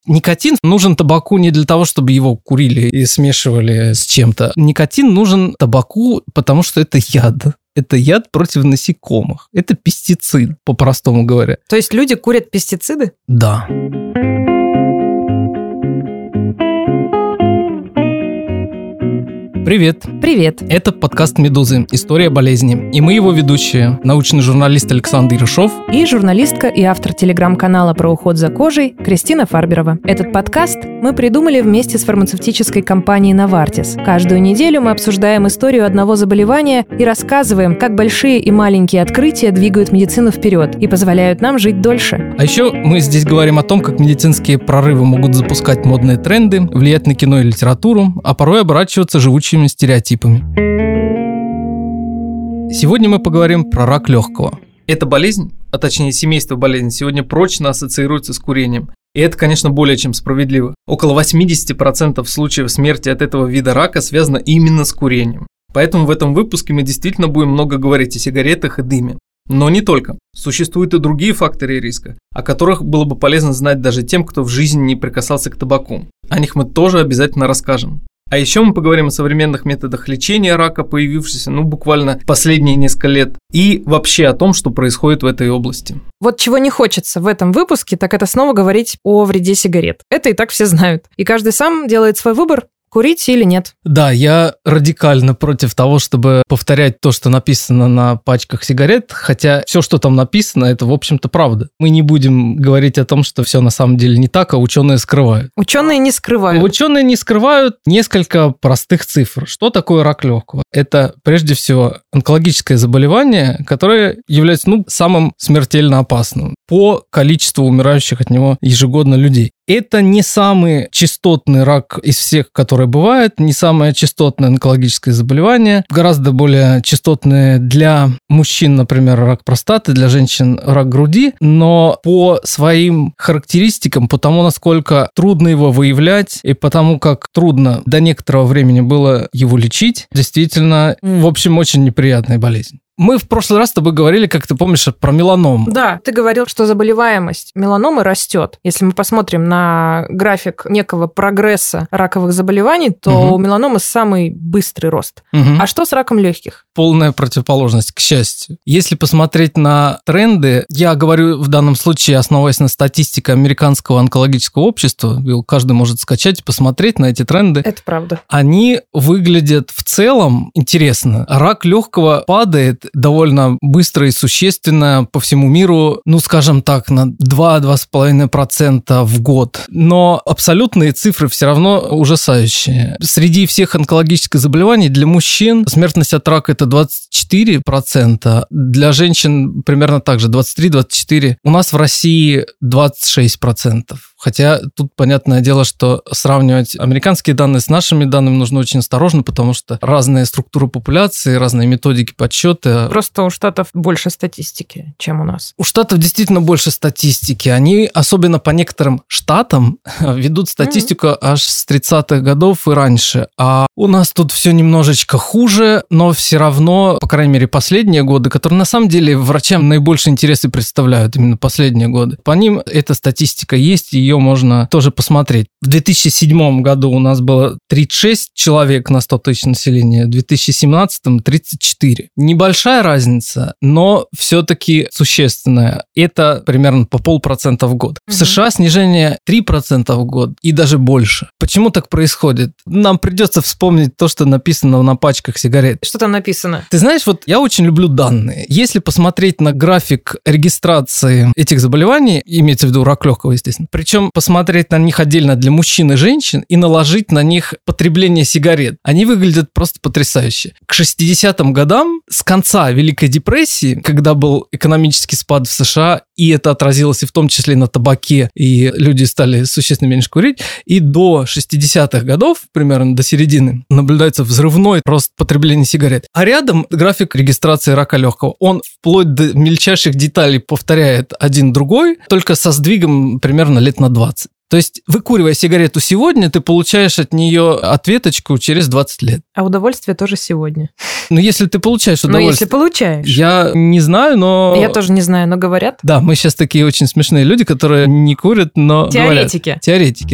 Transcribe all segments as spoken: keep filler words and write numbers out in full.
Никотин нужен табаку не для того, чтобы его курили и смешивали с чем-то. Никотин нужен табаку, потому что это яд. Это яд против насекомых. Это пестицид, по-простому говоря. То есть люди курят пестициды? Да. Привет. Привет. Это подкаст «Медузы. История болезни». И мы его ведущие, научный журналист Александр Ершов и журналистка и автор телеграм-канала про уход за кожей Кристина Фарберова. Этот подкаст мы придумали вместе с фармацевтической компанией Novartis. Каждую неделю мы обсуждаем историю одного заболевания и рассказываем, как большие и маленькие открытия двигают медицину вперед и позволяют нам жить дольше. А еще мы здесь говорим о том, как медицинские прорывы могут запускать модные тренды, влиять на кино и литературу, а порой оборачиваться живучими стереотипами. Сегодня мы поговорим про рак легкого. Эта болезнь, а точнее семейство болезней, сегодня прочно ассоциируется с курением. И это, конечно, более чем справедливо. Около восемьдесят процентов случаев смерти от этого вида рака связано именно с курением. Поэтому в этом выпуске мы действительно будем много говорить о сигаретах и дыме. Но не только. Существуют и другие факторы риска, о которых было бы полезно знать даже тем, кто в жизни не прикасался к табаку. О них мы тоже обязательно расскажем. А еще мы поговорим о современных методах лечения рака, появившихся, ну, буквально последние несколько лет, и вообще о том, что происходит в этой области. Вот чего не хочется в этом выпуске, так это снова говорить о вреде сигарет. Это и так все знают. И каждый сам делает свой выбор. Курить или нет? Да, я радикально против того, чтобы повторять то, что написано на пачках сигарет, хотя все, что там написано, это, в общем-то, правда. Мы не будем говорить о том, что все на самом деле не так, а ученые скрывают. Ученые не скрывают. Ученые не скрывают несколько простых цифр. Что такое рак легкого? Это, прежде всего, онкологическое заболевание, которое является, ну, самым смертельно опасным по количеству умирающих от него ежегодно людей. Это не самый частотный рак из всех, которые бывают, не самое частотное онкологическое заболевание. Гораздо более частотное для мужчин, например, рак простаты, для женщин рак груди. Но по своим характеристикам, по тому, насколько трудно его выявлять, и потому как трудно до некоторого времени было его лечить, действительно, в общем, очень неприятная болезнь. Мы в прошлый раз с тобой говорили, как ты помнишь, про меланому. Да, ты говорил, что заболеваемость меланомы растет. Если мы посмотрим на график некого прогресса раковых заболеваний, то угу. у меланомы самый быстрый рост. Угу. А что с раком легких? Полная противоположность, к счастью. Если посмотреть на тренды, я говорю в данном случае, основываясь на статистике Американского онкологического общества, каждый может скачать и посмотреть на эти тренды. Это правда. Они выглядят в целом интересно. Рак легкого падает довольно быстро и существенно по всему миру, ну, скажем так, на два-два с половиной процента в год. Но абсолютные цифры все равно ужасающие. Среди всех онкологических заболеваний для мужчин смертность от рака – это двадцать четыре процента, для женщин примерно так же, двадцать три - двадцать четыре процента. У нас в России двадцать шесть процентов. Хотя тут понятное дело, что сравнивать американские данные с нашими данными нужно очень осторожно, потому что разные структуры популяции, разные методики подсчета. Просто у Штатов больше статистики, чем у нас. У Штатов действительно больше статистики. Они, особенно по некоторым штатам, ведут статистику mm-hmm. аж с тридцатых годов и раньше. А у нас тут все немножечко хуже, но все равно, по крайней мере, последние годы, которые на самом деле врачам наибольший интерес и представляют, именно последние годы. По ним эта статистика есть, ее можно тоже посмотреть. В две тысячи седьмом году у нас было тридцать шесть человек на сто тысяч населения, в две тысячи семнадцатом тридцать четыре. Небольшая разница, но все-таки существенная. Это примерно по полпроцента в год. В США снижение три процента в год и даже больше. Почему так происходит? Нам придется вспомнить то, что написано на пачках сигарет. Что там написано? Ты знаешь, вот я очень люблю данные. Если посмотреть на график регистрации этих заболеваний, имеется в виду рак легкого, естественно, причем посмотреть на них отдельно для мужчин и женщин и наложить на них потребление сигарет, они выглядят просто потрясающе. К шестидесятым годам, с конца Великой депрессии, когда был экономический спад в США, и это отразилось и в том числе на табаке, и люди стали существенно меньше курить, и до шестидесятых годов, примерно до середины, наблюдается взрывной рост потребления сигарет. А рядом график регистрации рака легкого. Он вплоть до мельчайших деталей повторяет один другой, только со сдвигом примерно лет на двадцать. То есть, выкуривая сигарету сегодня, ты получаешь от нее ответочку через двадцать лет. А удовольствие тоже сегодня. Ну, если ты получаешь удовольствие... Ну, если получаешь. Я не знаю, но... Я тоже не знаю, но говорят. Да, мы сейчас такие очень смешные люди, которые не курят, но Теоретики. Говорят. Теоретики.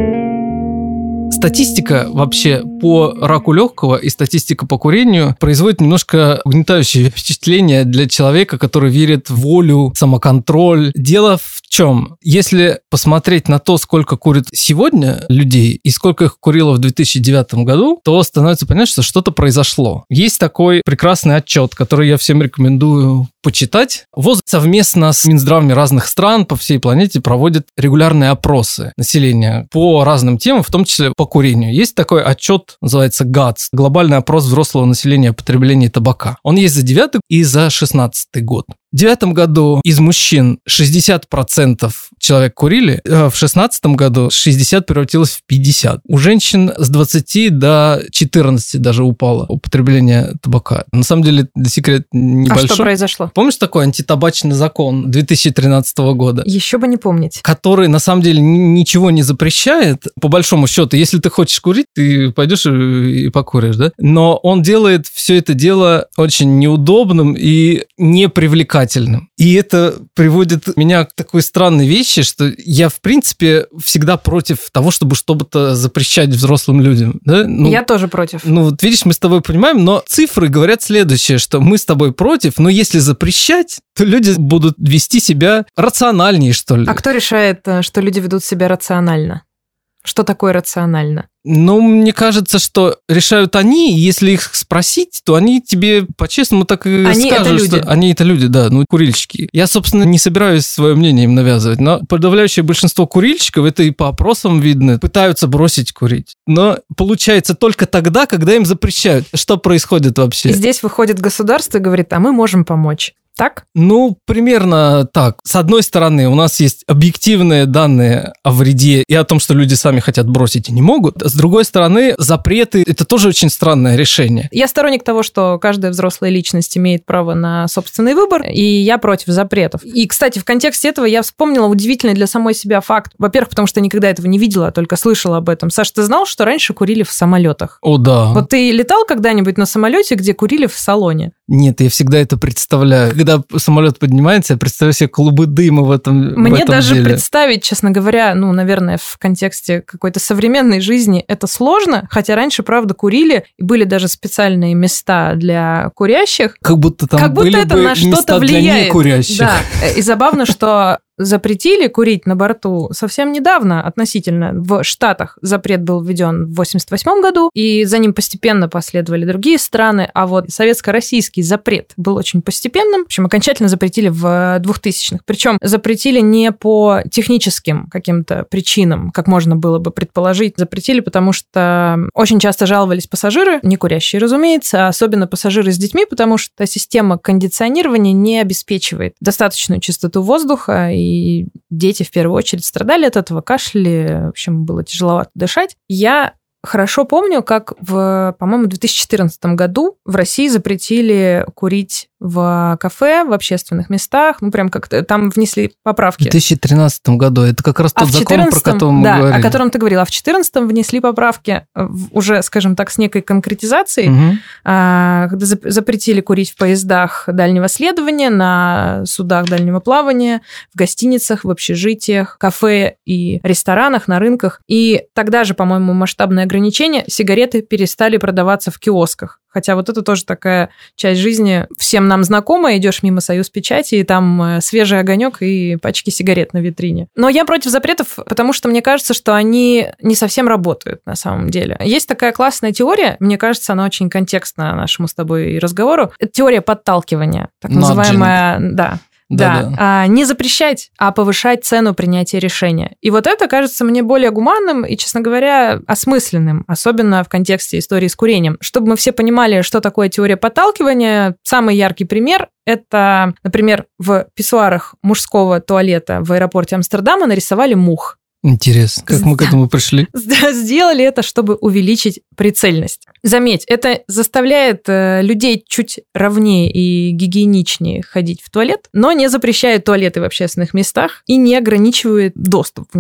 Статистика вообще по раку легкого и статистика по курению производит немножко угнетающее впечатление для человека, который верит в волю, самоконтроль. Дело в чем? Если посмотреть на то, сколько курит сегодня людей и сколько их курило в две тысячи девятом году, то становится понятно, что что-то произошло. Есть такой прекрасный отчет, который я всем рекомендую почитать. ВОЗ совместно с Минздравами разных стран по всей планете проводит регулярные опросы населения по разным темам, в том числе по курению. Есть такой отчет, называется ГАЦ, глобальный опрос взрослого населения о потреблении табака. Он есть за девятый и за шестнадцатый год. В две тысячи девятом году из мужчин шестьдесят процентов человек курили, а в шестнадцатом году шестьдесят превратилось в пятьдесят. У женщин с двадцати до четырнадцати даже упало употребление табака. На самом деле, секрет небольшой. А что произошло? Помнишь такой антитабачный закон две тысячи тринадцатого года? Еще бы не помнить. Который на самом деле ничего не запрещает. По большому счету, если ты хочешь курить, ты пойдешь и покуришь, да? Но он делает все это дело очень неудобным и непривлекательным. И это приводит меня к такой странной вещи, что я, в принципе, всегда против того, чтобы что-то запрещать взрослым людям. Да? Ну, я тоже против. Ну, вот видишь, мы с тобой понимаем, но цифры говорят следующее, что мы с тобой против, но если запрещать, то люди будут вести себя рациональнее, что ли. А кто решает, что люди ведут себя рационально? Что такое рационально? Ну, мне кажется, что решают они, и если их спросить, то они тебе по-честному так и они скажут, это люди. Что они это люди, да, ну, курильщики. Я, собственно, не собираюсь свое мнение им навязывать, но подавляющее большинство курильщиков, это и по опросам видно, пытаются бросить курить. Но получается только тогда, когда им запрещают. Что происходит вообще? И здесь выходит государство и говорит, а мы можем помочь. Так? Ну, примерно так. С одной стороны, у нас есть объективные данные о вреде и о том, что люди сами хотят бросить и не могут. С другой стороны, запреты – это тоже очень странное решение. Я сторонник того, что каждая взрослая личность имеет право на собственный выбор, и я против запретов. И, кстати, в контексте этого я вспомнила удивительный для самой себя факт. Во-первых, потому что я никогда этого не видела, только слышала об этом. Саш, ты знал, что раньше курили в самолетах? О, да. Вот ты летал когда-нибудь на самолете, где курили в салоне? Нет, я всегда это представляю. Когда самолет поднимается, я представляю себе клубы дыма в этом Мне в этом даже деле. представить, честно говоря, ну, наверное, в контексте какой-то современной жизни это сложно, хотя раньше, правда, курили, и были даже специальные места для курящих. Как будто там как будто были это бы на что-то места влияет. для некурящих. Да, и забавно, что запретили курить на борту совсем недавно относительно. В Штатах запрет был введен в восемьдесят восьмом году, и за ним постепенно последовали другие страны, а вот советско-российский запрет был очень постепенным. В общем, окончательно запретили в двухтысячных. Причем запретили не по техническим каким-то причинам, как можно было бы предположить. Запретили, потому что очень часто жаловались пассажиры, не курящие, разумеется, а особенно пассажиры с детьми, потому что система кондиционирования не обеспечивает достаточную чистоту воздуха, и И дети в первую очередь страдали от этого, кашляли, в общем, было тяжеловато дышать. Я хорошо помню, как в, по-моему, в две тысячи четырнадцатом году в России запретили курить в кафе, в общественных местах, ну, прям как-то там внесли поправки. В две тысячи тринадцатом году, это как раз тот а закон, про который мы да, говорили. о котором ты говорил. А в две тысячи четырнадцатом внесли поправки уже, скажем так, с некой конкретизацией, угу. когда запретили курить в поездах дальнего следования, на судах дальнего плавания, в гостиницах, в общежитиях, кафе и ресторанах, на рынках. И тогда же, по-моему, масштабное ограничение, сигареты перестали продаваться в киосках. Хотя вот это тоже такая часть жизни всем нам знакомая. Идешь мимо Союзпечати, и там свежий огонек и пачки сигарет на витрине. Но я против запретов, потому что мне кажется, что они не совсем работают на самом деле. Есть такая классная теория, мне кажется, она очень контекстна нашему с тобой разговору. Это теория подталкивания, так называемая, да. Да, да. А, не запрещать, а повышать цену принятия решения. И вот это кажется мне более гуманным и, честно говоря, осмысленным, особенно в контексте истории с курением. Чтобы мы все понимали, что такое теория подталкивания, самый яркий пример – это, например, в писсуарах мужского туалета в аэропорте Амстердама нарисовали мух. Интересно, как мы к этому пришли? Сделали это, чтобы увеличить прицельность. Заметь, это заставляет людей чуть ровнее и гигиеничнее ходить в туалет, но не запрещает туалеты в общественных местах и не ограничивает доступ в них.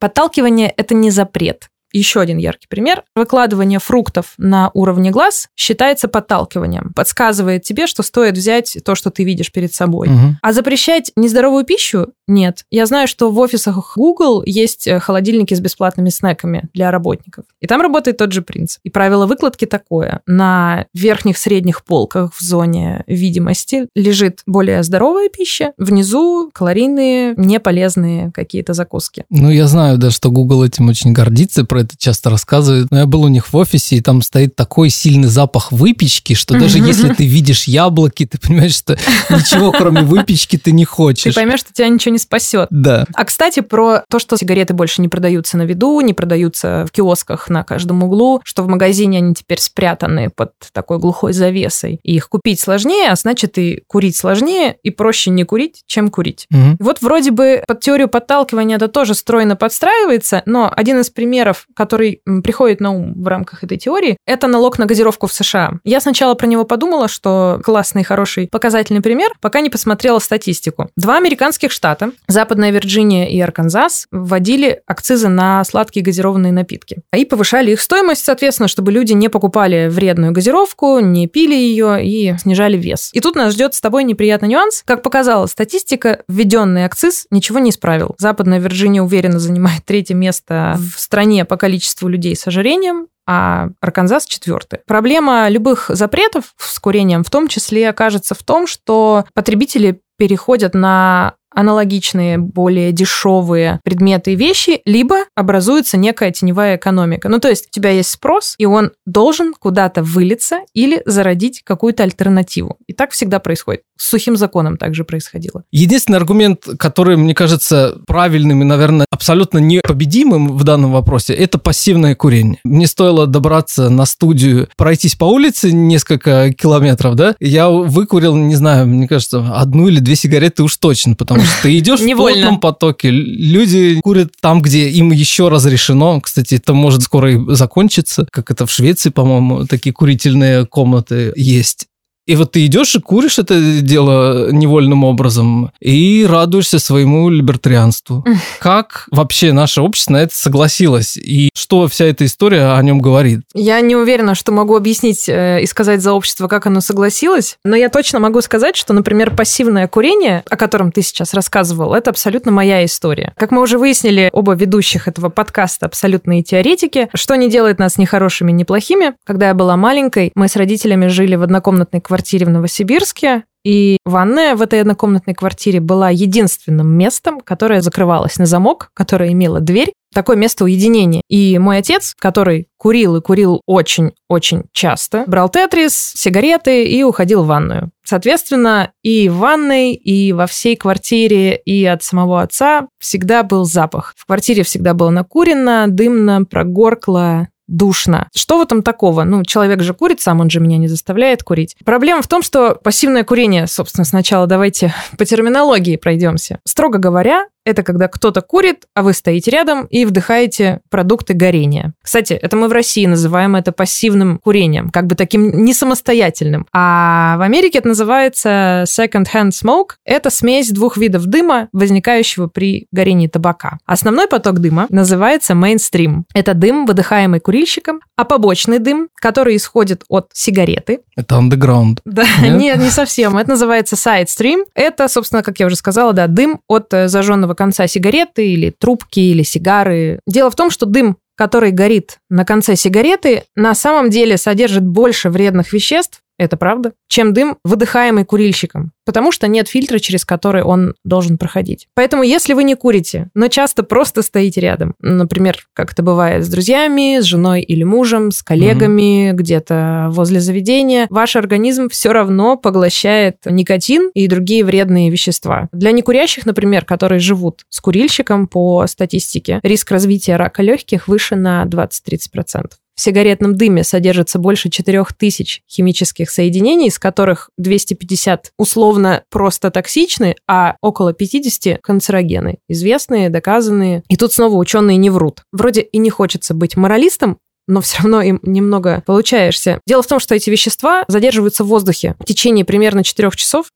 Подталкивание – это не запрет. Еще один яркий пример. Выкладывание фруктов на уровне глаз считается подталкиванием. Подсказывает тебе, что стоит взять то, что ты видишь перед собой. Угу. А запрещать нездоровую пищу – нет. Я знаю, что в офисах Google есть холодильники с бесплатными снеками для работников. И там работает тот же принцип. И правило выкладки такое. На верхних средних полках в зоне видимости лежит более здоровая пища, внизу калорийные, неполезные какие-то закуски. Ну, я знаю, да, что Google этим очень гордится, про это часто рассказывает. Но я был у них в офисе, и там стоит такой сильный запах выпечки, что даже если ты видишь яблоки, ты понимаешь, что ничего, кроме выпечки, ты не хочешь. Ты поймешь, что тебя ничего не спасет. Да. А, кстати, про то, что сигареты больше не продаются на виду, не продаются в киосках на каждом углу, что в магазине они теперь спрятаны под такой глухой завесой. И их купить сложнее, а значит, и курить сложнее, и проще не курить, чем курить. Угу. Вот вроде бы под теорию подталкивания это тоже стройно подстраивается, но один из примеров, который приходит на ум в рамках этой теории, это налог на газировку в США. Я сначала про него подумала, что классный, хороший, показательный пример, пока не посмотрела статистику. Два американских штата, Западная Вирджиния и Арканзас, вводили акцизы на сладкие газированные напитки. И повышали их стоимость, соответственно, чтобы люди не покупали вредную газировку, не пили ее и снижали вес. И тут нас ждет с тобой неприятный нюанс. Как показала статистика, введенный акциз ничего не исправил. Западная Вирджиния уверенно занимает третье место в стране по количеству людей с ожирением, а Арканзас четвертый. Проблема любых запретов с курением в том числе окажется в том, что потребители переходят на аналогичные, более дешевые предметы и вещи, либо образуется некая теневая экономика. Ну, то есть у тебя есть спрос, и он должен куда-то вылиться или зародить какую-то альтернативу. И так всегда происходит. С сухим законом также происходило. Единственный аргумент, который, мне кажется, правильным и, наверное, абсолютно непобедимым в данном вопросе, это пассивное курение. Мне стоило добраться на студию, пройтись по улице несколько километров, да, я выкурил, не знаю, мне кажется, одну или две сигареты уж точно, потому что ты идешь в плотном потоке, люди курят там, где им еще разрешено. Кстати, это может скоро и закончиться, как это в Швеции, по-моему, такие курительные комнаты есть. И вот ты идешь и куришь это дело невольным образом и радуешься своему либертарианству. Как вообще наше общество на это согласилось? И что вся эта история о нем говорит? Я не уверена, что могу объяснить э, и сказать за общество, как оно согласилось, но я точно могу сказать, что, например, пассивное курение, о котором ты сейчас рассказывал, это абсолютно моя история. Как мы уже выяснили, оба ведущих этого подкаста абсолютные теоретики, что не делает нас ни хорошими, ни плохими. Когда я была маленькой, мы с родителями жили в однокомнатной квартире, квартире в Новосибирске, и ванная в этой однокомнатной квартире была единственным местом, которое закрывалось на замок, которое имело дверь. Такое место уединения. И мой отец, который курил и курил очень-очень часто, брал тетрис, сигареты и уходил в ванную. Соответственно, и в ванной, и во всей квартире, и от самого отца всегда был запах. В квартире всегда было накурено, дымно, прогоркло, душно. Что в этом такого? Ну, человек же курит сам, он же меня не заставляет курить. Проблема в том, что пассивное курение, собственно, сначала давайте по терминологии пройдемся. Строго говоря, это когда кто-то курит, а вы стоите рядом и вдыхаете продукты горения. Кстати, это мы в России называем это пассивным курением, как бы таким не самостоятельным. А в Америке это называется second-hand smoke. Это смесь двух видов дыма, возникающего при горении табака. Основной поток дыма называется mainstream. Это дым, выдыхаемый курильщиком, а побочный дым, который исходит от сигареты. Это underground. Да, нет? нет, не совсем. Это называется side stream. Это, собственно, как я уже сказала, да, дым от зажженного конца сигареты или трубки, или сигары. Дело в том, что дым, который горит на конце сигареты, на самом деле содержит больше вредных веществ, это правда, чем дым, выдыхаемый курильщиком, потому что нет фильтра, через который он должен проходить. Поэтому, если вы не курите, но часто просто стоите рядом, например, как это бывает с друзьями, с женой или мужем, с коллегами, mm-hmm. где-то возле заведения, ваш организм все равно поглощает никотин и другие вредные вещества. Для некурящих, например, которые живут с курильщиком, по статистике, риск развития рака легких выше на двадцать-тридцать процентов. В сигаретном дыме содержится больше четырех тысяч химических соединений, из которых двести пятьдесят условно просто токсичны, а около пятьдесят канцерогены. Известные, доказанные. И тут снова ученые не врут. Вроде и не хочется быть моралистом, но все равно им немного получаешься. Дело в том, что эти вещества задерживаются в воздухе в течение примерно четырех часов,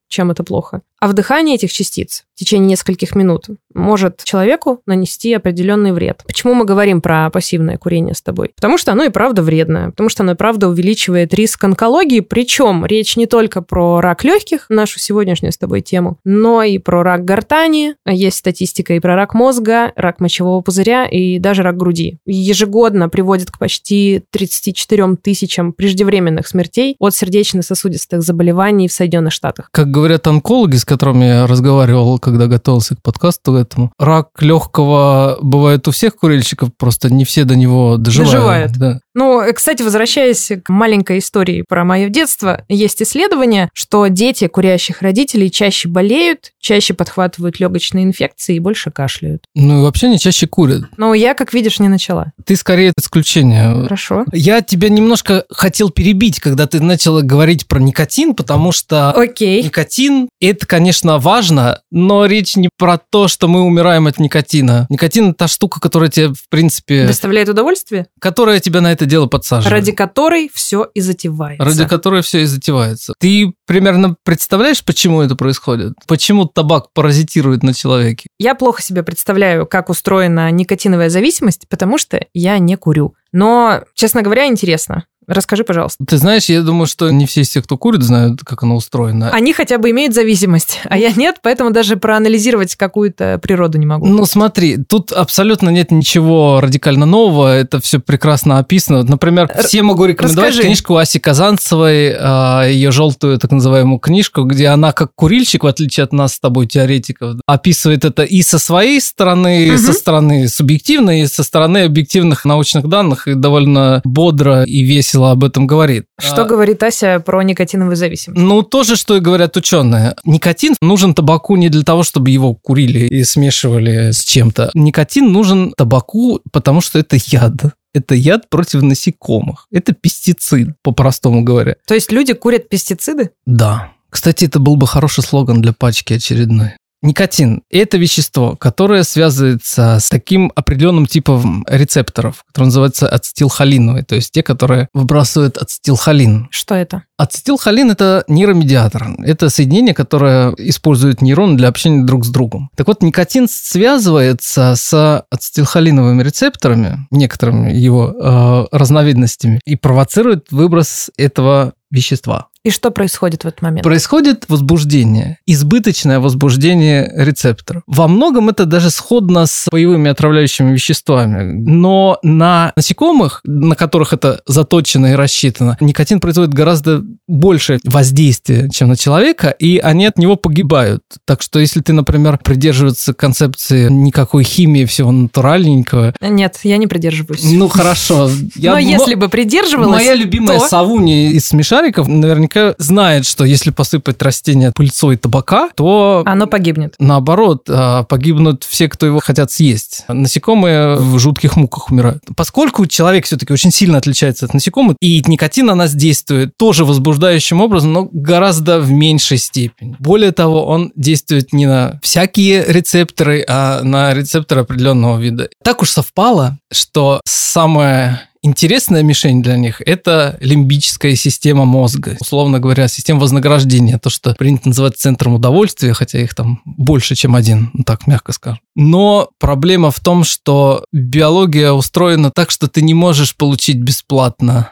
чем это плохо. А вдыхание этих частиц в течение нескольких минут может человеку нанести определенный вред. Почему мы говорим про пассивное курение с тобой? Потому что оно и правда вредное, потому что оно и правда увеличивает риск онкологии, причем речь не только про рак легких, нашу сегодняшнюю с тобой тему, но и про рак гортани, есть статистика и про рак мозга, рак мочевого пузыря и даже рак груди. Ежегодно приводит к почти тридцати четырем тысячам преждевременных смертей от сердечно-сосудистых заболеваний в Соединенных Штатах. Как говорят онкологи, с которыми я разговаривал, когда готовился к подкасту этому, рак легкого бывает у всех курильщиков, просто не все до него доживают. Доживают. Да. Ну, кстати, возвращаясь к маленькой истории про мое детство, есть исследование, что дети курящих родителей чаще болеют, чаще подхватывают легочные инфекции и больше кашляют. Ну и вообще они чаще курят. Но я, как видишь, не начала. Ты скорее исключение. Хорошо. Я тебя немножко хотел перебить, когда ты начала говорить про никотин, потому что Окей. никотин – это, конечно, важно, но речь не про то, что мы умираем от никотина. Никотин – это та штука, которая тебе, в принципе… Доставляет удовольствие? Которая тебя на это дело подсаживает. Ради которой все и затевается. Ради которой все и затевается. Ты примерно представляешь, почему это происходит? Почему табак паразитирует на человеке? Я плохо себе представляю, как устроена никотиновая зависимость, потому что я не курю. Но, честно говоря, интересно. Расскажи, пожалуйста. Ты знаешь, я думаю, что не все из тех, кто курит, знают, как оно устроено. Они хотя бы имеют зависимость, а я нет, поэтому даже проанализировать какую-то природу не могу. Ну, смотри, тут абсолютно нет ничего радикально нового, это все прекрасно описано. Например, всем могу рекомендовать Расскажи. книжку Аси Казанцевой, ее желтую так называемую книжку, где она как курильщик, в отличие от нас с тобой, теоретиков, описывает это и со своей стороны, и угу. со стороны субъективной, и со стороны объективных научных данных, и довольно бодро и весело об этом говорит. Что а, говорит Ася про никотиновую зависимость? Ну, то же, что и говорят ученые. Никотин нужен табаку не для того, чтобы его курили и смешивали с чем-то. Никотин нужен табаку, потому что это яд. Это яд против насекомых. Это пестицид, по-простому говоря. То есть люди курят пестициды? Да. Кстати, это был бы хороший слоган для пачки очередной. Никотин – это вещество, которое связывается с таким определенным типом рецепторов, который называется ацетилхолиновые, то есть те, которые выбрасывают ацетилхолин. Что это? Ацетилхолин – это нейромедиатор. Это соединение, которое использует нейроны для общения друг с другом. Так вот, никотин связывается с ацетилхолиновыми рецепторами, некоторыми его э, разновидностями, и провоцирует выброс этого вещества. И что происходит в этот момент? Происходит возбуждение, избыточное возбуждение рецепторов. Во многом это даже сходно с боевыми отравляющими веществами. Но на насекомых, на которых это заточено и рассчитано, никотин производит гораздо большее воздействие, чем на человека, и они от него погибают. Так что если ты, например, придерживаешься концепции никакой химии, всего натуральненького... Нет, я не придерживаюсь. Ну, хорошо. Я... Но если бы придерживалась, моя любимая то... Савуни из смешариков наверняка знает, что если посыпать растение пыльцой табака, то... Оно погибнет. Наоборот, погибнут все, кто его хотят съесть. Насекомые в жутких муках умирают. Поскольку человек все-таки очень сильно отличается от насекомых, и никотин на нас действует тоже возбуждающим образом, но гораздо в меньшей степени. Более того, он действует не на всякие рецепторы, а на рецепторы определенного вида. Так уж совпало, что самое... интересная мишень для них – это лимбическая система мозга. Условно говоря, система вознаграждения. То, что принято называть центром удовольствия, хотя их там больше, чем один, так мягко скажем. Но проблема в том, что биология устроена так, что ты не можешь получить бесплатно.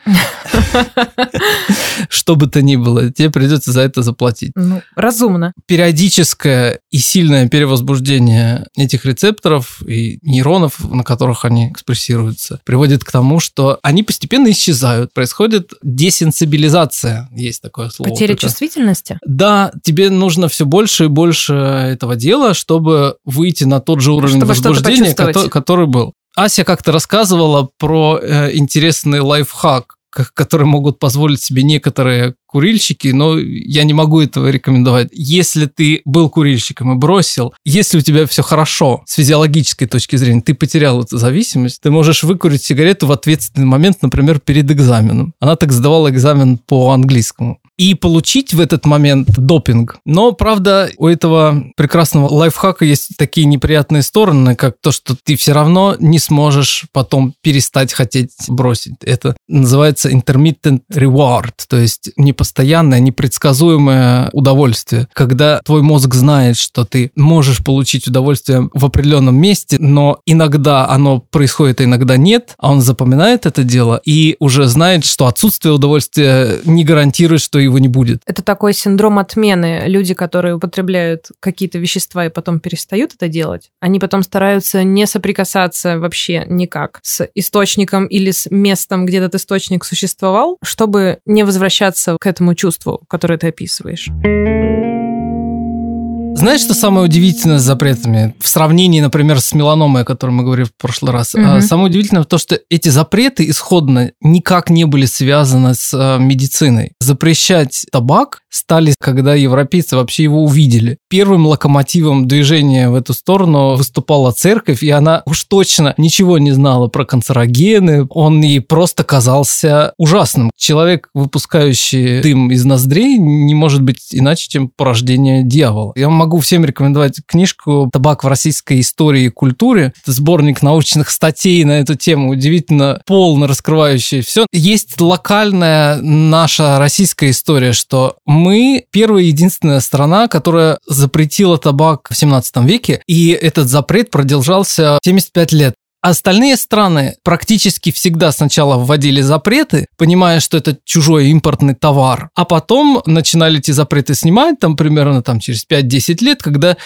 Что бы то ни было, тебе придется за это заплатить. Ну, разумно. Периодическое и сильное перевозбуждение этих рецепторов и нейронов, на которых они экспрессируются, приводит к тому, что они постепенно исчезают. Происходит десенсибилизация, есть такое слово. Потеря такое. чувствительности? Да, тебе нужно все больше и больше этого дела, чтобы выйти на тот же уровень чтобы возбуждения, который, который был. Ася как-то рассказывала про э, интересный лайфхак, которые могут позволить себе некоторые курильщики, но я не могу этого рекомендовать. Если ты был курильщиком и бросил, если у тебя все хорошо с физиологической точки зрения, ты потерял эту зависимость, ты можешь выкурить сигарету в ответственный момент, например, перед экзаменом. Она так сдавала экзамен по английскому. и получить в этот момент допинг. Но, правда, у этого прекрасного лайфхака есть такие неприятные стороны, как то, что ты все равно не сможешь потом перестать хотеть бросить. Это называется intermittent reward, то есть непостоянное, непредсказуемое удовольствие. Когда твой мозг знает, что ты можешь получить удовольствие в определенном месте, но иногда оно происходит, а иногда нет, а он запоминает это дело и уже знает, что отсутствие удовольствия не гарантирует, что его не будет. Это такой синдром отмены. Люди, которые употребляют какие-то вещества и потом перестают это делать, они потом стараются не соприкасаться вообще никак с источником или с местом, где этот источник существовал, чтобы не возвращаться к этому чувству, которое ты описываешь. Знаешь, что самое удивительное с запретами? В сравнении, например, с меланомой, о которой мы говорили в прошлый раз. Mm-hmm. Самое удивительное то, что эти запреты исходно никак не были связаны с медициной. Запрещать табак стали, когда европейцы вообще его увидели. Первым локомотивом движения в эту сторону выступала церковь, и она уж точно ничего не знала про канцерогены. Он ей просто казался ужасным. Человек, выпускающий дым из ноздрей, не может быть иначе, чем порождение дьявола. Я могу всем рекомендовать книжку «Табак в российской истории и культуре». Это сборник научных статей на эту тему, удивительно полно раскрывающий все. Есть локальная наша российская история, что мы первая и единственная страна, которая запретила табак в семнадцатом веке, и этот запрет продолжался семьдесят пять лет. Остальные страны практически всегда сначала вводили запреты, понимая, что это чужой импортный товар, а потом начинали эти запреты снимать, там примерно там, через пять-десять лет, когда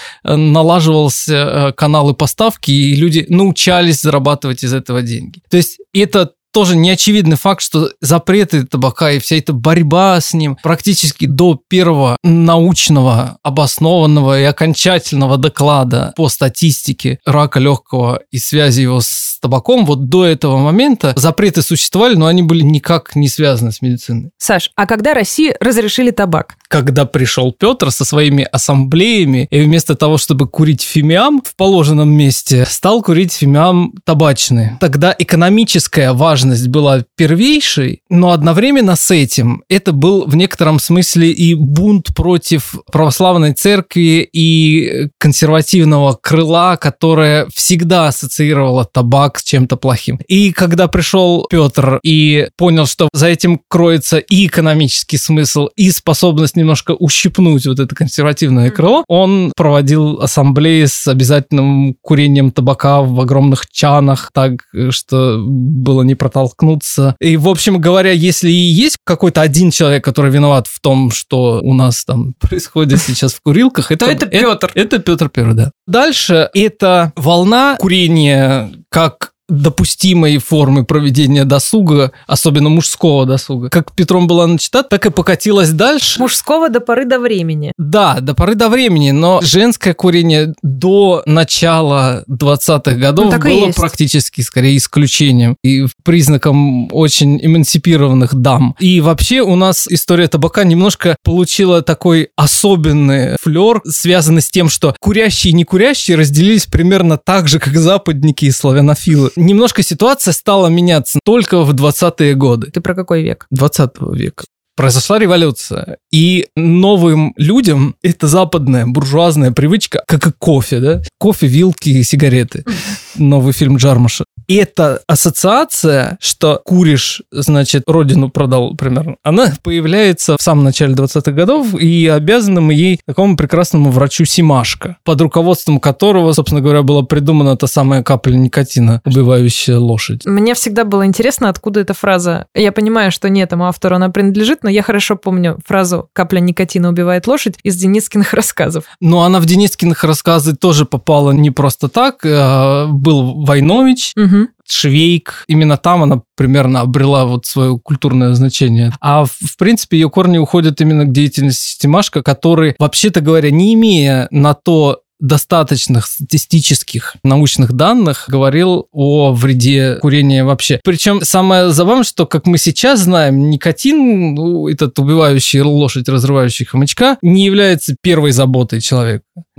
налаживался каналы поставки, и люди научались зарабатывать из этого деньги. То есть это тоже неочевидный факт, что запреты табака и вся эта борьба с ним практически до первого научного, обоснованного и окончательного доклада по статистике рака легкого и связи его с табаком, вот до этого момента запреты существовали, но они были никак не связаны с медициной. Саш, а когда России разрешили табак? Когда пришел Петр со своими ассамблеями, и вместо того, чтобы курить фимиам в положенном месте, стал курить фимиам табачный. Тогда экономическая важность была первейшей, но одновременно с этим это был в некотором смысле и бунт против православной церкви и консервативного крыла, которое всегда ассоциировало табак с чем-то плохим. И когда пришел Петр и понял, что за этим кроется и экономический смысл, и способность немножко ущипнуть вот это консервативное крыло, он проводил ассамблеи с обязательным курением табака в огромных чанах, так что было не протолкнуться. И, в общем говоря, если и есть какой-то один человек, который виноват в том, что у нас там происходит сейчас в курилках, это, это Петр. Это, это Петр Первый, да. Дальше это волна курения как допустимой формы проведения досуга, особенно мужского досуга. Как Петром была начата, так и покатилась дальше. Мужского до поры до времени. Да, до поры до времени, но женское курение до начала двадцатых годов ну, было практически скорее исключением и признаком очень эмансипированных дам. И вообще у нас история табака немножко получила такой особенный флер, связанный с тем, что курящие и некурящие разделились примерно так же, как западники и славянофилы. Немножко ситуация стала меняться только в двадцатые годы. Ты про какой век? двадцатого века. Произошла революция, и новым людям эта западная буржуазная привычка, как и кофе, да? Кофе, вилки и сигареты. Новый фильм Джармуша. И эта ассоциация, что куришь, значит, родину продал примерно, она появляется в самом начале двадцатых годов, и обязаны мы ей такому прекрасному врачу Симашко, под руководством которого, собственно говоря, была придумана та самая капля никотина, убивающая лошадь. Мне всегда было интересно, откуда эта фраза. Я понимаю, что не этому автору она принадлежит, но я хорошо помню фразу «капля никотина убивает лошадь» из Денискиных рассказов. Но она в Денискиных рассказы тоже попала не просто так. Был Войнович, угу. Швейк. Именно там она примерно обрела вот свое культурное значение. А в принципе ее корни уходят именно к деятельности Симашко, который, вообще-то говоря, не имея на то достаточных статистических научных данных, говорил о вреде курения вообще. Причем самое забавное, что, как мы сейчас знаем, никотин, ну, этот убивающий лошадь, разрывающий хомячка, не является первой заботой человека.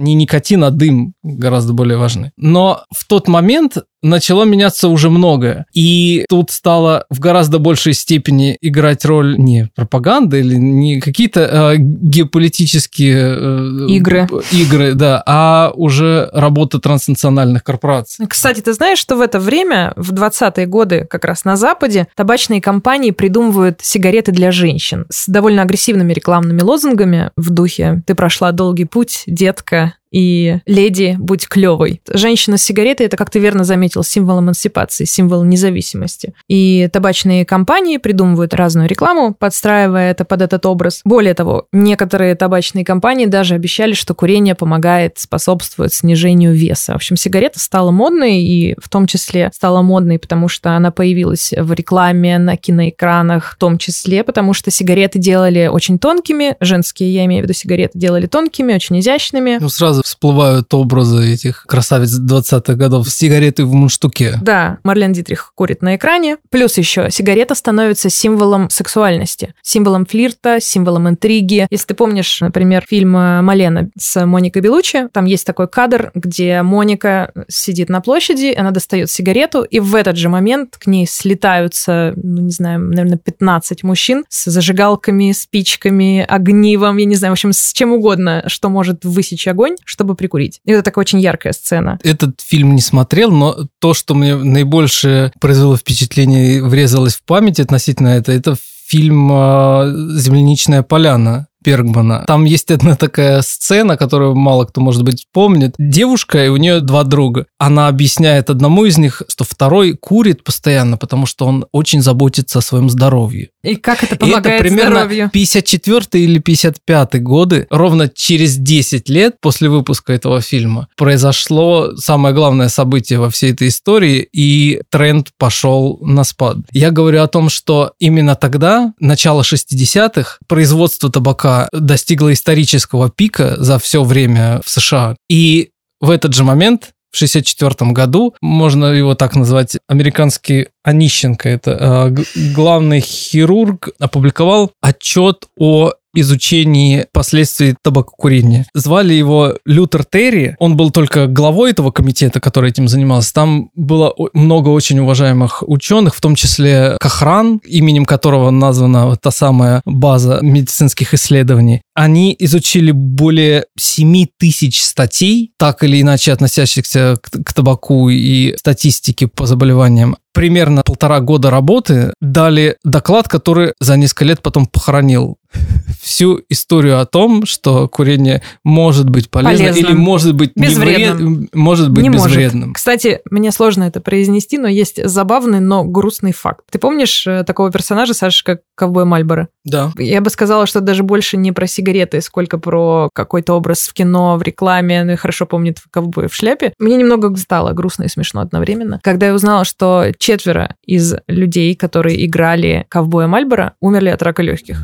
Не никотин, а дым гораздо более важны. Но в тот момент начало меняться уже многое. И тут стало в гораздо большей степени играть роль не пропаганда или не какие-то э, геополитические э, игры. игры, да, а уже работа транснациональных корпораций. Кстати, ты знаешь, что в это время, в двадцатые годы, как раз на Западе, табачные компании придумывают сигареты для женщин с довольно агрессивными рекламными лозунгами в духе «Ты прошла долгий путь, детка», и «Леди, будь клёвой». Женщина с сигаретой – это, как ты верно заметил, символ эмансипации, символ независимости. И табачные компании придумывают разную рекламу, подстраивая это под этот образ. Более того, некоторые табачные компании даже обещали, что курение помогает, способствует снижению веса. В общем, сигарета стала модной, и в том числе стала модной, потому что она появилась в рекламе, на киноэкранах, в том числе, потому что сигареты делали очень тонкими, женские, я имею в виду сигареты, делали тонкими, очень изящными. Ну, сразу всплывают образы этих красавиц двадцатых годов с сигаретой в мундштуке. Да, Марлен Дитрих курит на экране. Плюс еще сигарета становится символом сексуальности, символом флирта, символом интриги. Если ты помнишь, например, фильм «Малена» с Моникой Беллуччи, там есть такой кадр, где Моника сидит на площади, она достает сигарету, и в этот же момент к ней слетаются, ну, не знаю, наверное, пятнадцать мужчин с зажигалками, спичками, огнивом, я не знаю, в общем, с чем угодно, что может высечь огонь, чтобы прикурить. И это такая очень яркая сцена. Этот фильм не смотрел, но то, что мне наибольшее произвело впечатление и врезалось в память относительно этого, это фильм «Земляничная поляна» Бергмана. Там есть одна такая сцена, которую мало кто, может быть, помнит. Девушка, и у нее два друга. Она объясняет одному из них, что второй курит постоянно, потому что он очень заботится о своем здоровье. И как это помогает и это примерно здоровью? пятьдесят четвёртый или пятьдесят пятый годы, ровно через десять лет после выпуска этого фильма, произошло самое главное событие во всей этой истории, и тренд пошел на спад. Я говорю о том, что именно тогда, начало шестидесятых, производство табака достигло исторического пика за все время в США. И в этот же момент, в шестьдесят четвёртом году, можно его так назвать, американский Онищенко, это э, главный хирург, опубликовал отчет о изучении последствий табакокурения. Звали его Лютер Терри. Он был только главой этого комитета, который этим занимался. Там было много очень уважаемых ученых, в том числе Кохран, именем которого названа та самая база медицинских исследований. Они изучили более семь тысяч статей, так или иначе относящихся к, к табаку и статистике по заболеваниям. Примерно полтора года работы дали доклад, который за несколько лет потом похоронил всю историю о том, что курение может быть полезно Полезным. или может быть безвредным. Невред... может быть Не безвредным. Может. Кстати, мне сложно это произнести, но есть забавный, но грустный факт. Ты помнишь такого персонажа, Саша, как ковбой Мальборо? Да. Я бы сказала, что даже больше не про сигареты, сколько про какой-то образ в кино, в рекламе, ну и хорошо помнит ковбоя в шляпе. Мне немного стало грустно и смешно одновременно, когда я узнала, что четверо из людей, которые играли ковбоя Мальборо, умерли от рака легких.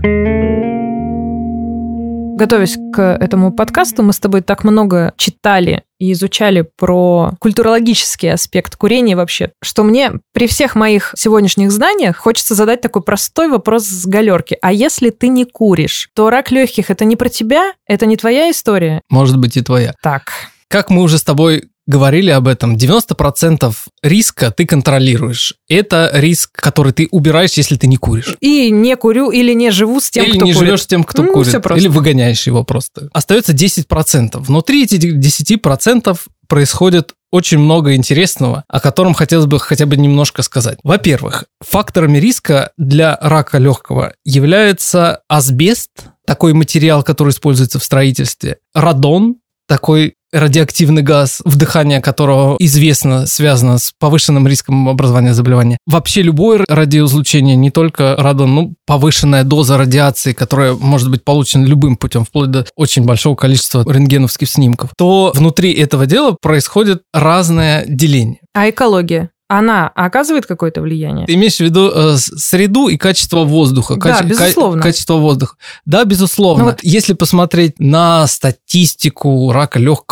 Готовясь к этому подкасту, мы с тобой так много читали и изучали про культурологический аспект курения вообще, что мне при всех моих сегодняшних знаниях хочется задать такой простой вопрос с галерки. А если ты не куришь, то рак легких – это не про тебя? Это не твоя история? Может быть, и твоя. Так. Как мы уже с тобой говорили об этом, девяносто процентов риска ты контролируешь. Это риск, который ты убираешь, если ты не куришь. И не курю, или не живу с тем, или кто курит. Или не живешь с тем, кто ну, курит. Или выгоняешь его просто. Остается десять процентов. Внутри этих десять процентов происходит очень много интересного, о котором хотелось бы хотя бы немножко сказать. Во-первых, факторами риска для рака легкого является асбест, такой материал, который используется в строительстве, радон, такой радиоактивный газ, вдыхание которого известно связано с повышенным риском образования заболевания. Вообще любое радиоизлучение, не только радон, ну, повышенная доза радиации, которая может быть получена любым путем, вплоть до очень большого количества рентгеновских снимков, то внутри этого дела происходит разное деление. А экология? Она оказывает какое-то влияние? Ты имеешь в виду э, среду и качество воздуха? Да, Каче- безусловно. Качество воздуха. Да, безусловно. Ну, вот... Если посмотреть на статистику рака легкого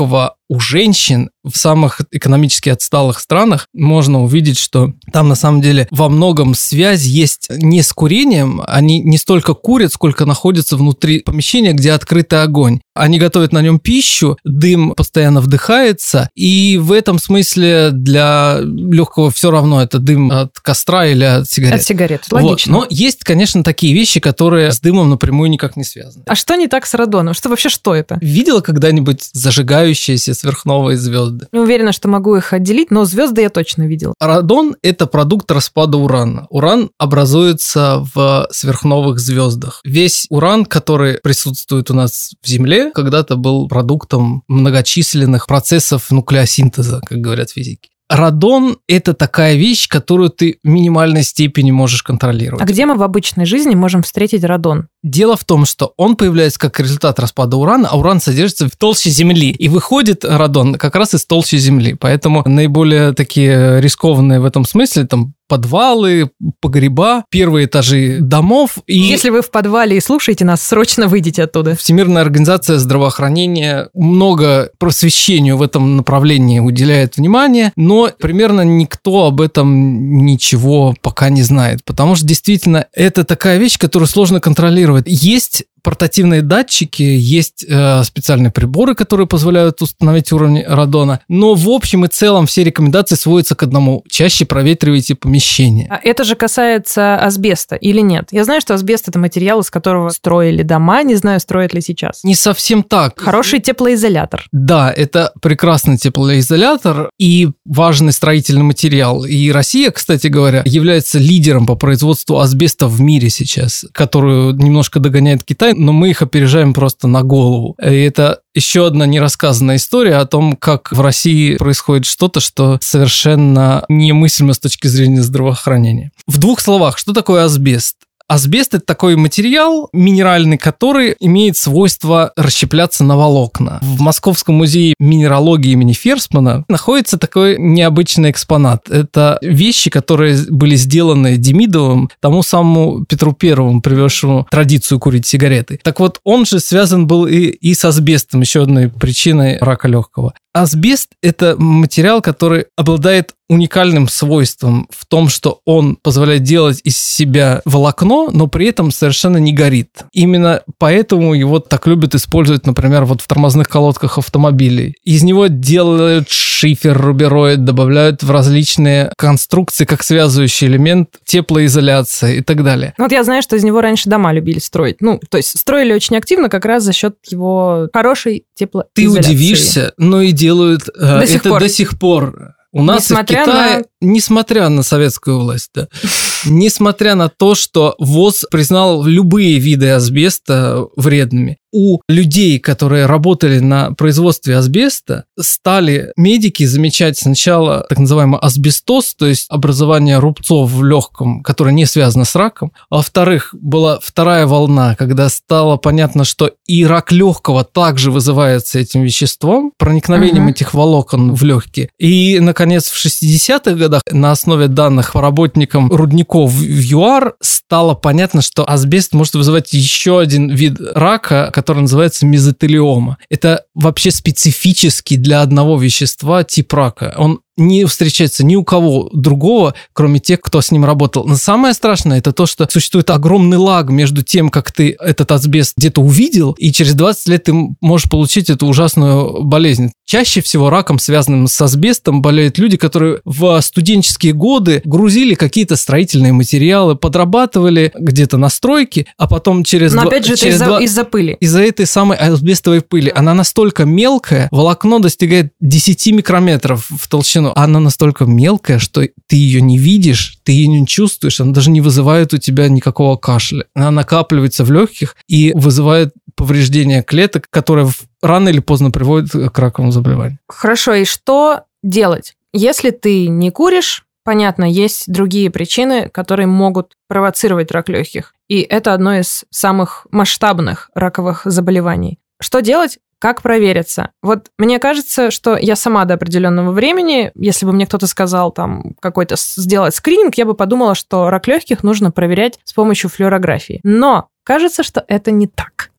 у женщин в самых экономически отсталых странах можно увидеть, что там на самом деле во многом связь есть не с курением, они не столько курят, сколько находятся внутри помещения, где открытый огонь. Они готовят на нем пищу, дым постоянно вдыхается, и в этом смысле для легкого все равно это дым от костра или от сигарет. От сигарет, вот. Логично. Но есть, конечно, такие вещи, которые с дымом напрямую никак не связаны. А что не так с радоном? Что вообще, что это? Видела когда-нибудь зажигающиеся сверхновые звезды? Не уверена, что могу их отделить, но звезды я точно видела. Радон – это продукт распада урана. Уран образуется в сверхновых звездах. Весь уран, который присутствует у нас в Земле, когда-то был продуктом многочисленных процессов нуклеосинтеза, как говорят физики. Радон – это такая вещь, которую ты в минимальной степени можешь контролировать. А где мы в обычной жизни можем встретить радон? Дело в том, что он появляется как результат распада урана, а уран содержится в толще Земли. И выходит радон как раз из толщи Земли. Поэтому наиболее такие рискованные в этом смысле там подвалы, погреба, первые этажи домов. И если вы в подвале и слушаете нас, срочно выйдите оттуда. Всемирная организация здравоохранения много просвещению в этом направлении уделяет внимание, но примерно никто об этом ничего пока не знает, потому что действительно это такая вещь, которую сложно контролировать. Есть портативные датчики, есть э, специальные приборы, которые позволяют установить уровень радона, но в общем и целом все рекомендации сводятся к одному: чаще проветривайте помещение. А это же касается асбеста или нет? Я знаю, что асбест – это материал, из которого строили дома, не знаю, строят ли сейчас. Не совсем так. Хороший теплоизолятор. Да, это прекрасный теплоизолятор и важный строительный материал. И Россия, кстати говоря, является лидером по производству асбеста в мире сейчас, которую немножко догоняет Китай, но мы их опережаем просто на голову. И это еще одна нерассказанная история о том, как в России происходит что-то, что совершенно немыслимо с точки зрения здравоохранения. В двух словах, что такое асбест? Асбест – это такой материал минеральный, который имеет свойство расщепляться на волокна. В Московском музее минералогии имени Ферсмана находится такой необычный экспонат. Это вещи, которые были сделаны Демидовым, тому самому Петру Первому, привезшему традицию курить сигареты. Так вот, он же связан был и, и с асбестом, еще одной причиной рака легкого. Асбест – это материал, который обладает уникальным свойством в том, что он позволяет делать из себя волокно, но при этом совершенно не горит. Именно поэтому его так любят использовать, например, вот в тормозных колодках автомобилей. Из него делают шифер, рубероид, добавляют в различные конструкции как связывающий элемент, теплоизоляция и так далее. Вот я знаю, что из него раньше дома любили строить. Ну, то есть строили очень активно как раз за счет его хорошей теплоизоляции. Ты удивишься, но и делают до это сих пор. до сих пор. У нас несмотря и в Китае, на... несмотря на советскую власть, да, несмотря на то, что ВОЗ признал любые виды асбеста вредными, у людей, которые работали на производстве асбеста, стали медики замечать сначала так называемый асбестоз, то есть образование рубцов в легком, которое не связано с раком. А во-вторых, была вторая волна, когда стало понятно, что и рак легкого также вызывается этим веществом, проникновением uh-huh. этих волокон в легкие. И, наконец, в шестидесятых годах на основе данных по работникам рудников в ЮАР стало понятно, что асбест может вызывать еще один вид рака, который называется мезотелиома. Это вообще специфический для одного вещества тип рака. Он не встречается ни у кого другого, кроме тех, кто с ним работал. Но самое страшное – это то, что существует огромный лаг между тем, как ты этот асбест где-то увидел, и через двадцать лет ты можешь получить эту ужасную болезнь. Чаще всего раком, связанным с асбестом, болеют люди, которые в студенческие годы грузили какие-то строительные материалы, подрабатывали где-то на стройке, а потом через... Но два, опять же, это из-за, два, из-за пыли. Из-за этой самой асбестовой пыли. Она настолько мелкая, волокно достигает десять микрометров в толщину. Она настолько мелкая, что ты ее не видишь, ты ее не чувствуешь, она даже не вызывает у тебя никакого кашля. Она накапливается в легких и вызывает повреждение клеток, которое рано или поздно приводит к раковому заболеванию. Хорошо, и что делать? Если ты не куришь, понятно, есть другие причины, которые могут провоцировать рак легких. И это одно из самых масштабных раковых заболеваний. Что делать? Как провериться? Вот мне кажется, что я сама до определенного времени, если бы мне кто-то сказал там какой-то сделать скрининг, я бы подумала, что рак легких нужно проверять с помощью флюорографии. Но кажется, что это не так.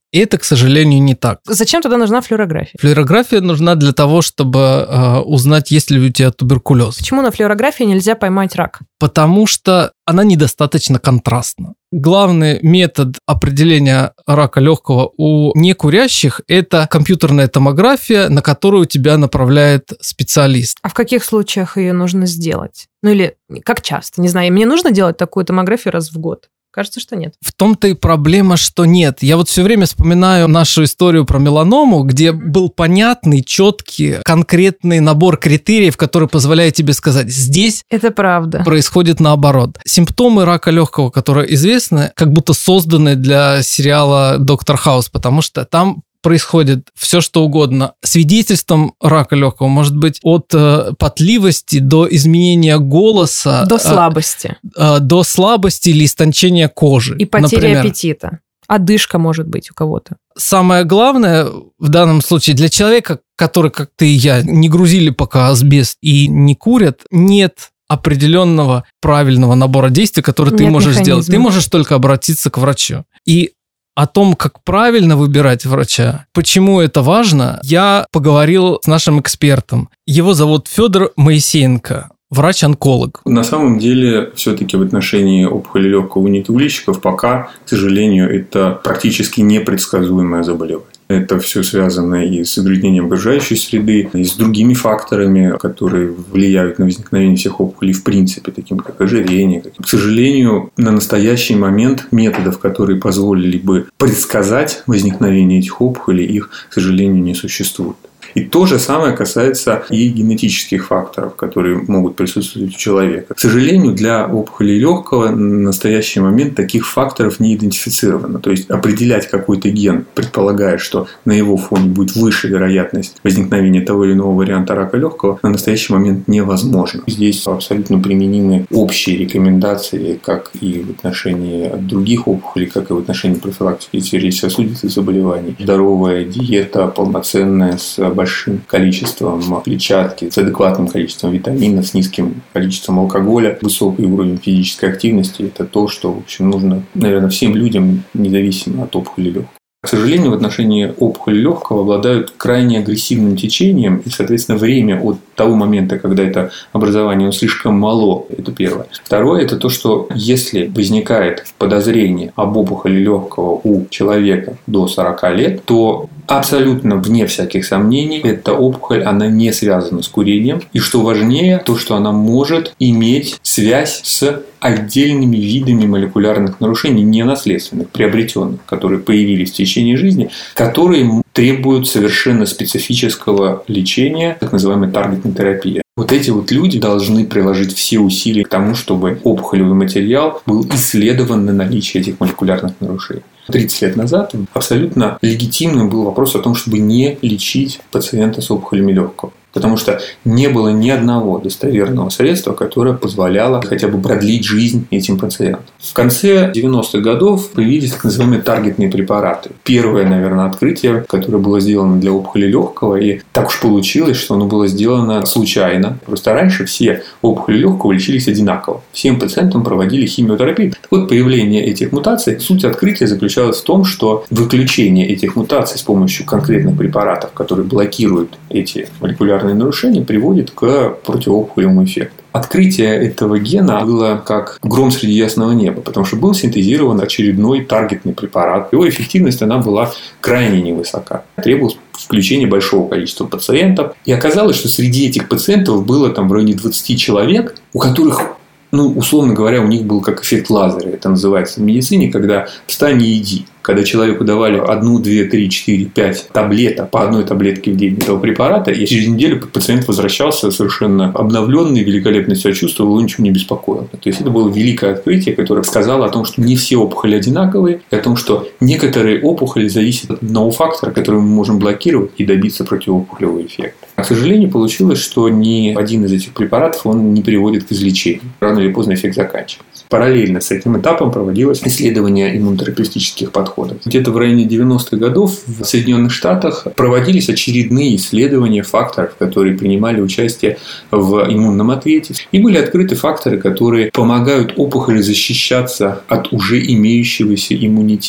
Это, к сожалению, не так. Зачем тогда нужна флюорография? Флюорография нужна для того, чтобы э, узнать, есть ли у тебя туберкулез. Почему на флюорографии нельзя поймать рак? Потому что она недостаточно контрастна. Главный метод определения рака легкого у некурящих – это компьютерная томография, на которую тебя направляет специалист. А в каких случаях ее нужно сделать? Ну или как часто? Не знаю, мне нужно делать такую томографию раз в год? Кажется, что нет. В том-то и проблема, что нет. Я вот все время вспоминаю нашу историю про меланому, где был понятный, четкий, конкретный набор критериев, который позволяет тебе сказать, здесь это правда. Происходит наоборот. Симптомы рака легкого, которые известны, как будто созданы для сериала «Доктор Хаус», потому что там происходит все, что угодно. Свидетельством рака легкого может быть от э, потливости до изменения голоса. До слабости. Э, э, до слабости или истончения кожи. И потери например. аппетита. Одышка может быть у кого-то. Самое главное в данном случае для человека, который, как ты и я, не грузили пока асбест и не курят, нет определенного правильного набора действий, который нет ты можешь механизма. Сделать. Ты можешь только обратиться к врачу. И о том, как правильно выбирать врача, почему это важно, я поговорил с нашим экспертом. Его зовут Федор Моисеенко, врач-онколог. На самом деле, все-таки в отношении опухоли легкого у нетуглищиков пока, к сожалению, это практически непредсказуемое заболевание. Это все связано и с загрязнением окружающей среды, и с другими факторами, которые влияют на возникновение всех опухолей в принципе, таким как ожирение. К сожалению, на настоящий момент методов, которые позволили бы предсказать возникновение этих опухолей, их, к сожалению, не существует. И то же самое касается и генетических факторов, которые могут присутствовать у человека. К сожалению, для опухолей легкого на настоящий момент таких факторов не идентифицировано. То есть определять какой-то ген, предполагая, что на его фоне будет выше вероятность возникновения того или иного варианта рака легкого, на настоящий момент невозможно. Здесь абсолютно применимы общие рекомендации, как и в отношении других опухолей, как и в отношении профилактики сердечно-сосудистых заболеваний. Здоровая диета, полноценная, с большим количеством клетчатки, с адекватным количеством витаминов, с низким количеством алкоголя, высокий уровень физической активности – это то, что, в общем, нужно, наверное, всем людям, независимо от опухоли легкого. К сожалению, в отношении опухоли легкого обладают крайне агрессивным течением, и, соответственно, время от того момента, когда это образование слишком мало, это первое. Второе – это то, что если возникает подозрение об опухоли легкого у человека до сорока лет, то абсолютно вне всяких сомнений эта опухоль, она не связана с курением. И что важнее, то, что она может иметь связь с отдельными видами молекулярных нарушений, не наследственных, приобретенных, которые появились в течение жизни, которые требуют совершенно специфического лечения, так называемой таргетной терапии. Вот эти вот люди должны приложить все усилия к тому, чтобы опухолевый материал был исследован на наличие этих молекулярных нарушений. тридцать лет назад абсолютно легитимным был вопрос о том, чтобы не лечить пациента с опухолями легкого. Потому что не было ни одного достоверного средства, которое позволяло хотя бы продлить жизнь этим пациентам. В конце девяностых годов появились так называемые таргетные препараты. Первое, наверное, открытие, которое было сделано для опухоли легкого, и так уж получилось, что оно было сделано случайно. Просто раньше все опухоли легкого лечились одинаково. Всем пациентам проводили химиотерапию. Так вот, появление этих мутаций, суть открытия заключалась в том, что выключение этих мутаций с помощью конкретных препаратов, которые блокируют эти молекулярные нарушения, приводит к противоопухолевому эффекту. Открытие этого гена было как гром среди ясного неба, потому что был синтезирован очередной таргетный препарат. Его эффективность она была крайне невысока. Требовалось включение большого количества пациентов. И оказалось, что среди этих пациентов было там в районе двадцати человек, у которых, ну, условно говоря, у них был как эффект Лазаря. Это называется в медицине, когда «встань и иди». Когда человеку давали одну, две, три, четыре, пять таблеток, по одной таблетке в день этого препарата, и через неделю пациент возвращался совершенно обновленный, великолепно себя чувствовал, его ничего не беспокоило. То есть это было великое открытие, которое сказало о том, что не все опухоли одинаковые, и о том, что некоторые опухоли зависят от одного фактора, который мы можем блокировать и добиться противоопухолевого эффекта. К сожалению, получилось, что ни один из этих препаратов он не приводит к излечению. Рано или поздно эффект заканчивается. Параллельно с этим этапом проводилось исследование иммунотерапевтических подходов. Где-то в районе девяностых годов в Соединенных Штатах проводились очередные исследования факторов, которые принимали участие в иммунном ответе. И были открыты факторы, которые помогают опухоли защищаться от уже имеющегося иммунитета.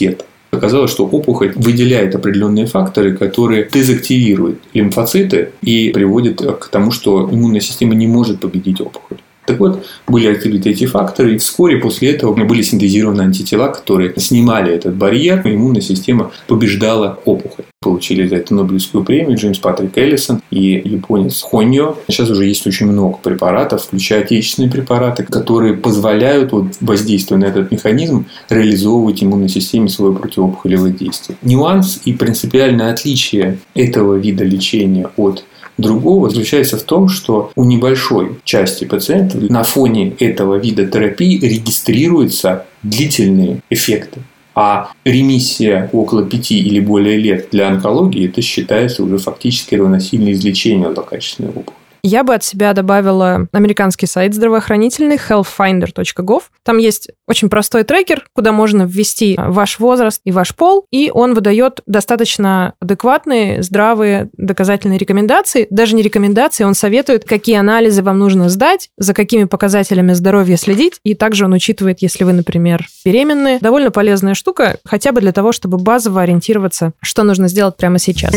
Оказалось, что опухоль выделяет определенные факторы, которые дезактивируют лимфоциты и приводят к тому, что иммунная система не может победить опухоль. Так вот, были открыты эти факторы, и вскоре после этого были синтезированы антитела, которые снимали этот барьер, и иммунная система побеждала опухоль. Получили за это Нобелевскую премию Джеймс Патрик Эллисон и японец Хоньо. Сейчас уже есть очень много препаратов, включая отечественные препараты, которые позволяют, вот, воздействуя на этот механизм, реализовывать иммунной системе свое противоопухолевое действие. Нюанс и принципиальное отличие этого вида лечения от другого заключается в том, что у небольшой части пациентов на фоне этого вида терапии регистрируются длительные эффекты. А ремиссия около пяти или более лет для онкологии, это считается уже фактически равносильно излечению злокачественной опухоли. Я бы от себя добавила американский сайт здравоохранительный хелс файндер точка гов. Там есть очень простой трекер, куда можно ввести ваш возраст и ваш пол, и он выдает достаточно адекватные, здравые доказательные рекомендации. Даже не рекомендации, он советует, какие анализы вам нужно сдать, за какими показателями здоровья следить, и также он учитывает, если вы, например, беременны. Довольно полезная штука, хотя бы для того, чтобы базово ориентироваться, что нужно сделать прямо сейчас.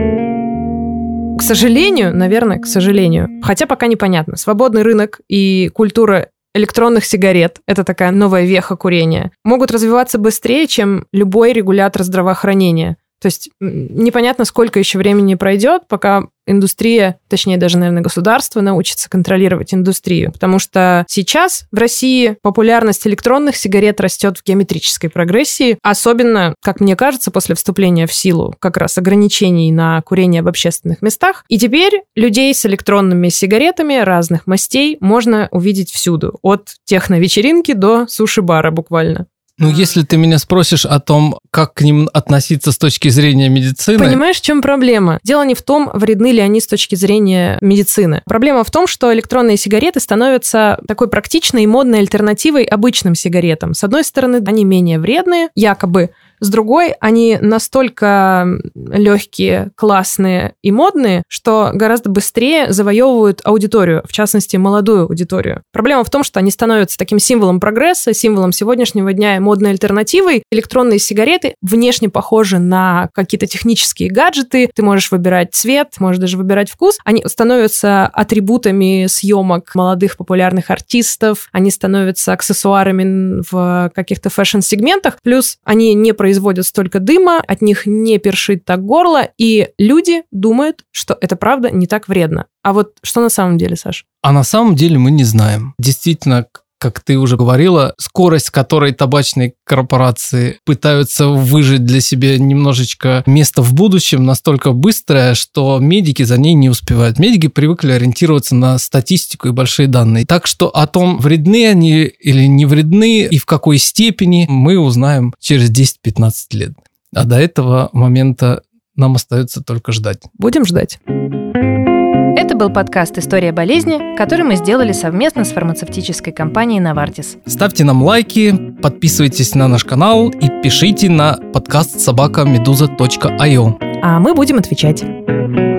К сожалению, наверное, к сожалению, хотя пока непонятно, свободный рынок и культура электронных сигарет, это такая новая веха курения, могут развиваться быстрее, чем любой регулятор здравоохранения. То есть непонятно, сколько еще времени пройдет, пока индустрия, точнее даже, наверное, государство научится контролировать индустрию. Потому что сейчас в России популярность электронных сигарет растет в геометрической прогрессии, особенно, как мне кажется, после вступления в силу как раз ограничений на курение в общественных местах. И теперь людей с электронными сигаретами разных мастей можно увидеть всюду. От техно-вечеринки до суши-бара буквально. Ну, если ты меня спросишь о том, как к ним относиться с точки зрения медицины... Понимаешь, в чем проблема? Дело не в том, вредны ли они с точки зрения медицины. Проблема в том, что электронные сигареты становятся такой практичной и модной альтернативой обычным сигаретам. С одной стороны, они менее вредные, якобы. С другой, они настолько легкие, классные и модные, что гораздо быстрее завоевывают аудиторию, в частности, молодую аудиторию. Проблема в том, что они становятся таким символом прогресса, символом сегодняшнего дня и модной альтернативой. Электронные сигареты внешне похожи на какие-то технические гаджеты. Ты можешь выбирать цвет, можешь даже выбирать вкус. Они становятся атрибутами съемок молодых популярных артистов, они становятся аксессуарами в каких-то фэшн-сегментах, плюс они не производят производят столько дыма, от них не першит так горло, и люди думают, что это правда не так вредно. А вот что на самом деле, Саш? А на самом деле мы не знаем. Действительно, как ты уже говорила, скорость, с которой табачные корпорации пытаются выжить для себя немножечко место в будущем, настолько быстрая, что медики за ней не успевают. Медики привыкли ориентироваться на статистику и большие данные. Так что о том, вредны они или не вредны и в какой степени, мы узнаем через десять-пятнадцать лет. А до этого момента нам остается только ждать. Будем ждать. Это был подкаст «История болезни», который мы сделали совместно с фармацевтической компанией Novartis. Ставьте нам лайки, подписывайтесь на наш канал и пишите на подкаст собака медуза точка ай о. А мы будем отвечать.